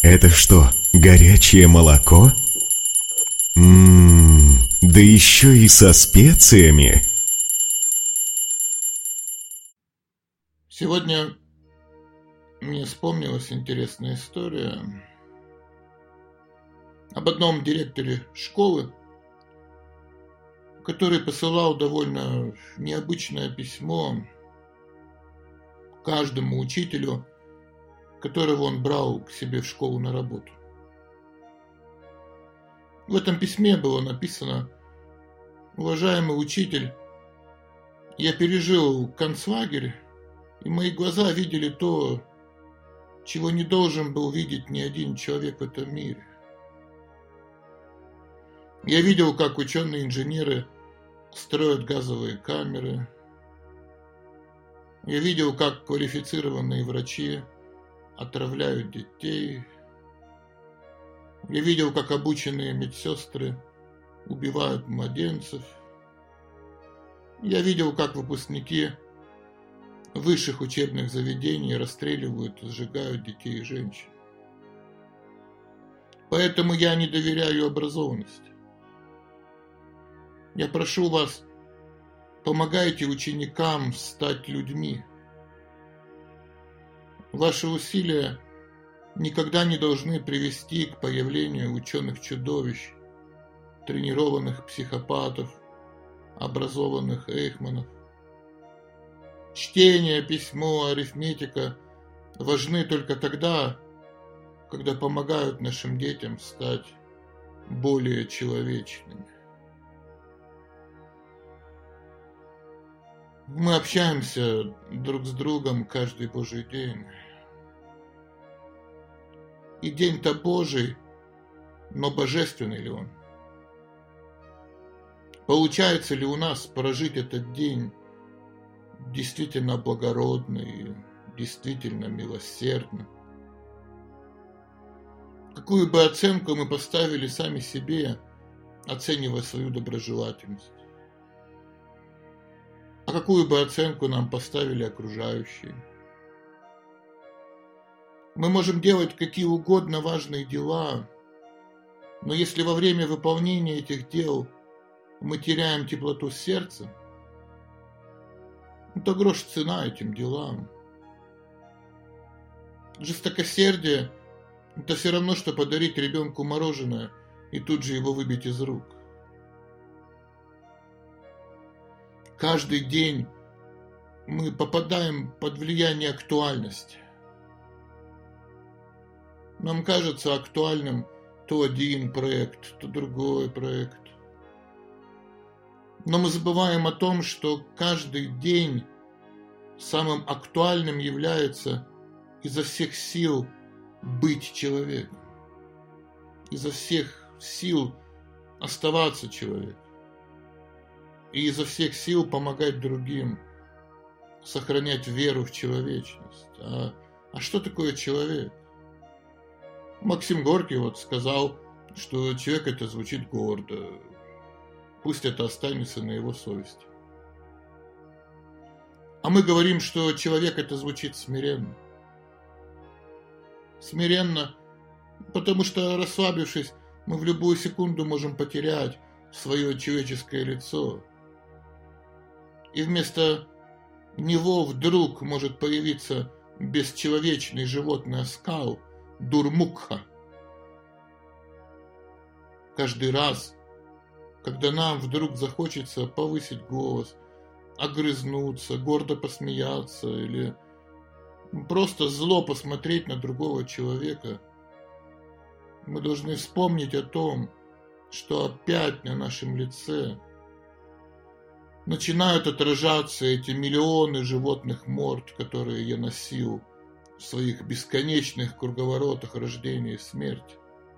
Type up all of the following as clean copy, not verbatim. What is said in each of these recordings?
Это что, горячее молоко? Да еще и со специями. Сегодня мне вспомнилась интересная история об одном директоре школы, который посылал довольно необычное письмо каждому учителю, которого он брал к себе в школу на работу. В этом письме было написано: «Уважаемый учитель, я пережил концлагерь, и мои глаза видели то, чего не должен был видеть ни один человек в этом мире. Я видел, как ученые-инженеры строят газовые камеры. Я видел, как квалифицированные врачи отравляют детей. Я видел, как обученные медсестры убивают младенцев. Я видел, как выпускники высших учебных заведений расстреливают и сжигают детей и женщин. Поэтому я не доверяю образованности. Я прошу вас, помогайте ученикам стать людьми. Ваши усилия никогда не должны привести к появлению ученых-чудовищ, тренированных психопатов, образованных эйхманов. Чтение, письмо, арифметика важны только тогда, когда помогают нашим детям стать более человечными. Мы общаемся друг с другом каждый Божий день. И день-то Божий, но божественный ли он? Получается ли у нас прожить этот день действительно благородно и действительно милосердно? Какую бы оценку мы поставили сами себе, оценивая свою доброжелательность? А какую бы оценку нам поставили окружающие? Мы можем делать какие угодно важные дела, но если во время выполнения этих дел мы теряем теплоту сердца, то грош цена этим делам. Жестокосердие – это все равно, что подарить ребенку мороженое и тут же его выбить из рук. Каждый день мы попадаем под влияние актуальности. Нам кажется актуальным то один проект, то другой проект. Но мы забываем о том, что каждый день самым актуальным является изо всех сил быть человеком, изо всех сил оставаться человеком и изо всех сил помогать другим, сохранять веру в человечность. А что такое человек? Максим Горький сказал, что человек это звучит гордо. Пусть это останется на его совести. А мы говорим, что человек это звучит смиренно. Смиренно, потому что, расслабившись, мы в любую секунду можем потерять свое человеческое лицо. И вместо него вдруг может появиться бесчеловечный животный оскал Дурмукха. Каждый раз, когда нам вдруг захочется повысить голос, огрызнуться, гордо посмеяться или просто зло посмотреть на другого человека, мы должны вспомнить о том, что опять на нашем лице начинают отражаться эти миллионы животных морд, которые я носил в своих бесконечных круговоротах рождения и смерти.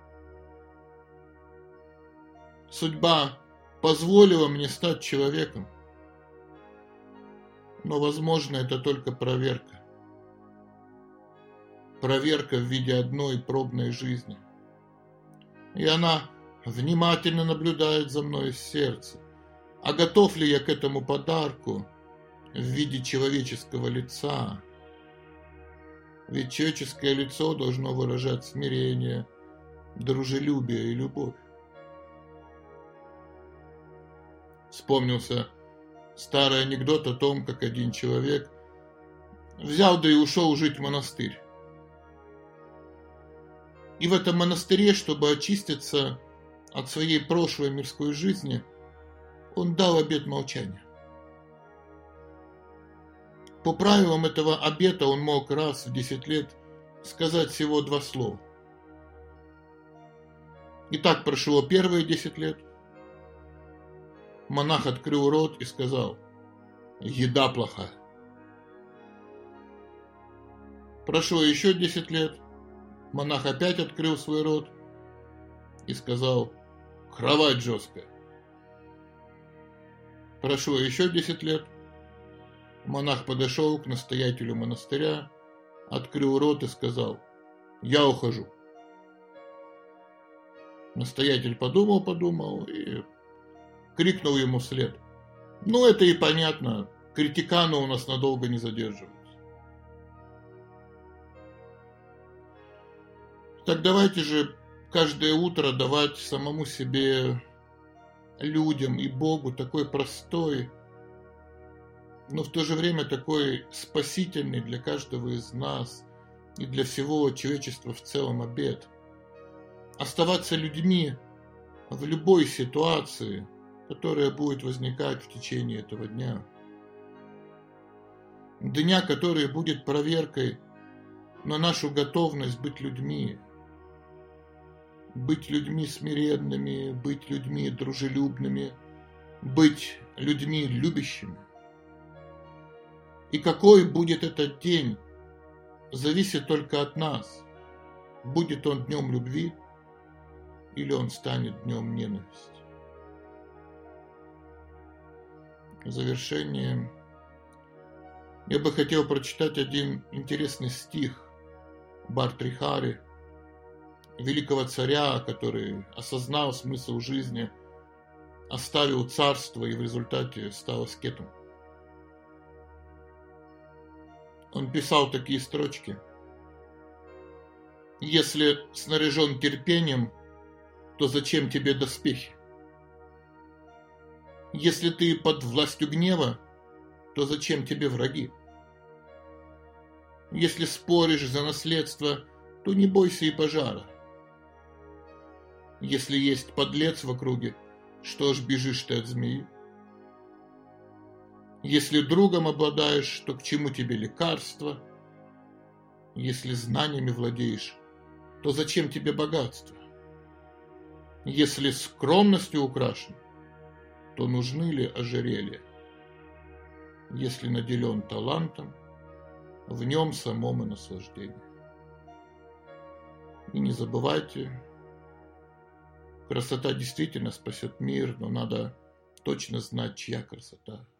Судьба позволила мне стать человеком, но, возможно, это только проверка. Проверка в виде одной пробной жизни. И она внимательно наблюдает за мной из сердца. А готов ли я к этому подарку в виде человеческого лица, Ведь человеческое лицо должно выражать смирение, дружелюбие и любовь. Вспомнился старый анекдот о том, как один человек взял да и ушел жить в монастырь. И в этом монастыре, чтобы очиститься от своей прошлой мирской жизни, он дал обет молчания. По правилам этого обета он мог раз в 10 лет сказать всего 2 слова. И так прошло первые 10 лет. Монах открыл рот и сказал: «Еда плохая». Прошло еще 10 лет. Монах опять открыл свой рот и сказал: «Кровать жесткая». Прошло еще 10 лет. Монах подошел к настоятелю монастыря, открыл рот и сказал: «Я ухожу». Настоятель подумал и крикнул ему вслед: «Ну, это и понятно, критиканы у нас надолго не задерживаются». Так давайте же каждое утро давать самому себе, людям и Богу такой простой, но в то же время такой спасительный для каждого из нас и для всего человечества в целом обет. Оставаться людьми в любой ситуации, которая будет возникать в течение этого дня. Дня, который будет проверкой на нашу готовность быть людьми смиренными, быть людьми дружелюбными, быть людьми любящими. И какой будет этот день, зависит только от нас. Будет он днем любви или он станет днем ненависти. В завершение я бы хотел прочитать один интересный стих Бхартрихари, великого царя, который осознал смысл жизни, оставил царство и в результате стал аскетом. Он писал такие строчки: «Если снаряжен терпением, то зачем тебе доспехи? Если ты под властью гнева, то зачем тебе враги? Если споришь за наследство, то не бойся и пожара. Если есть подлец в округе, что ж бежишь ты от змеи? Если другом обладаешь, то к чему тебе лекарство? Если знаниями владеешь, то зачем тебе богатство? Если скромностью украшен, то нужны ли ожерелья? Если наделен талантом, в нем самом и наслаждение». И не забывайте, красота действительно спасет мир, но надо точно знать, чья красота.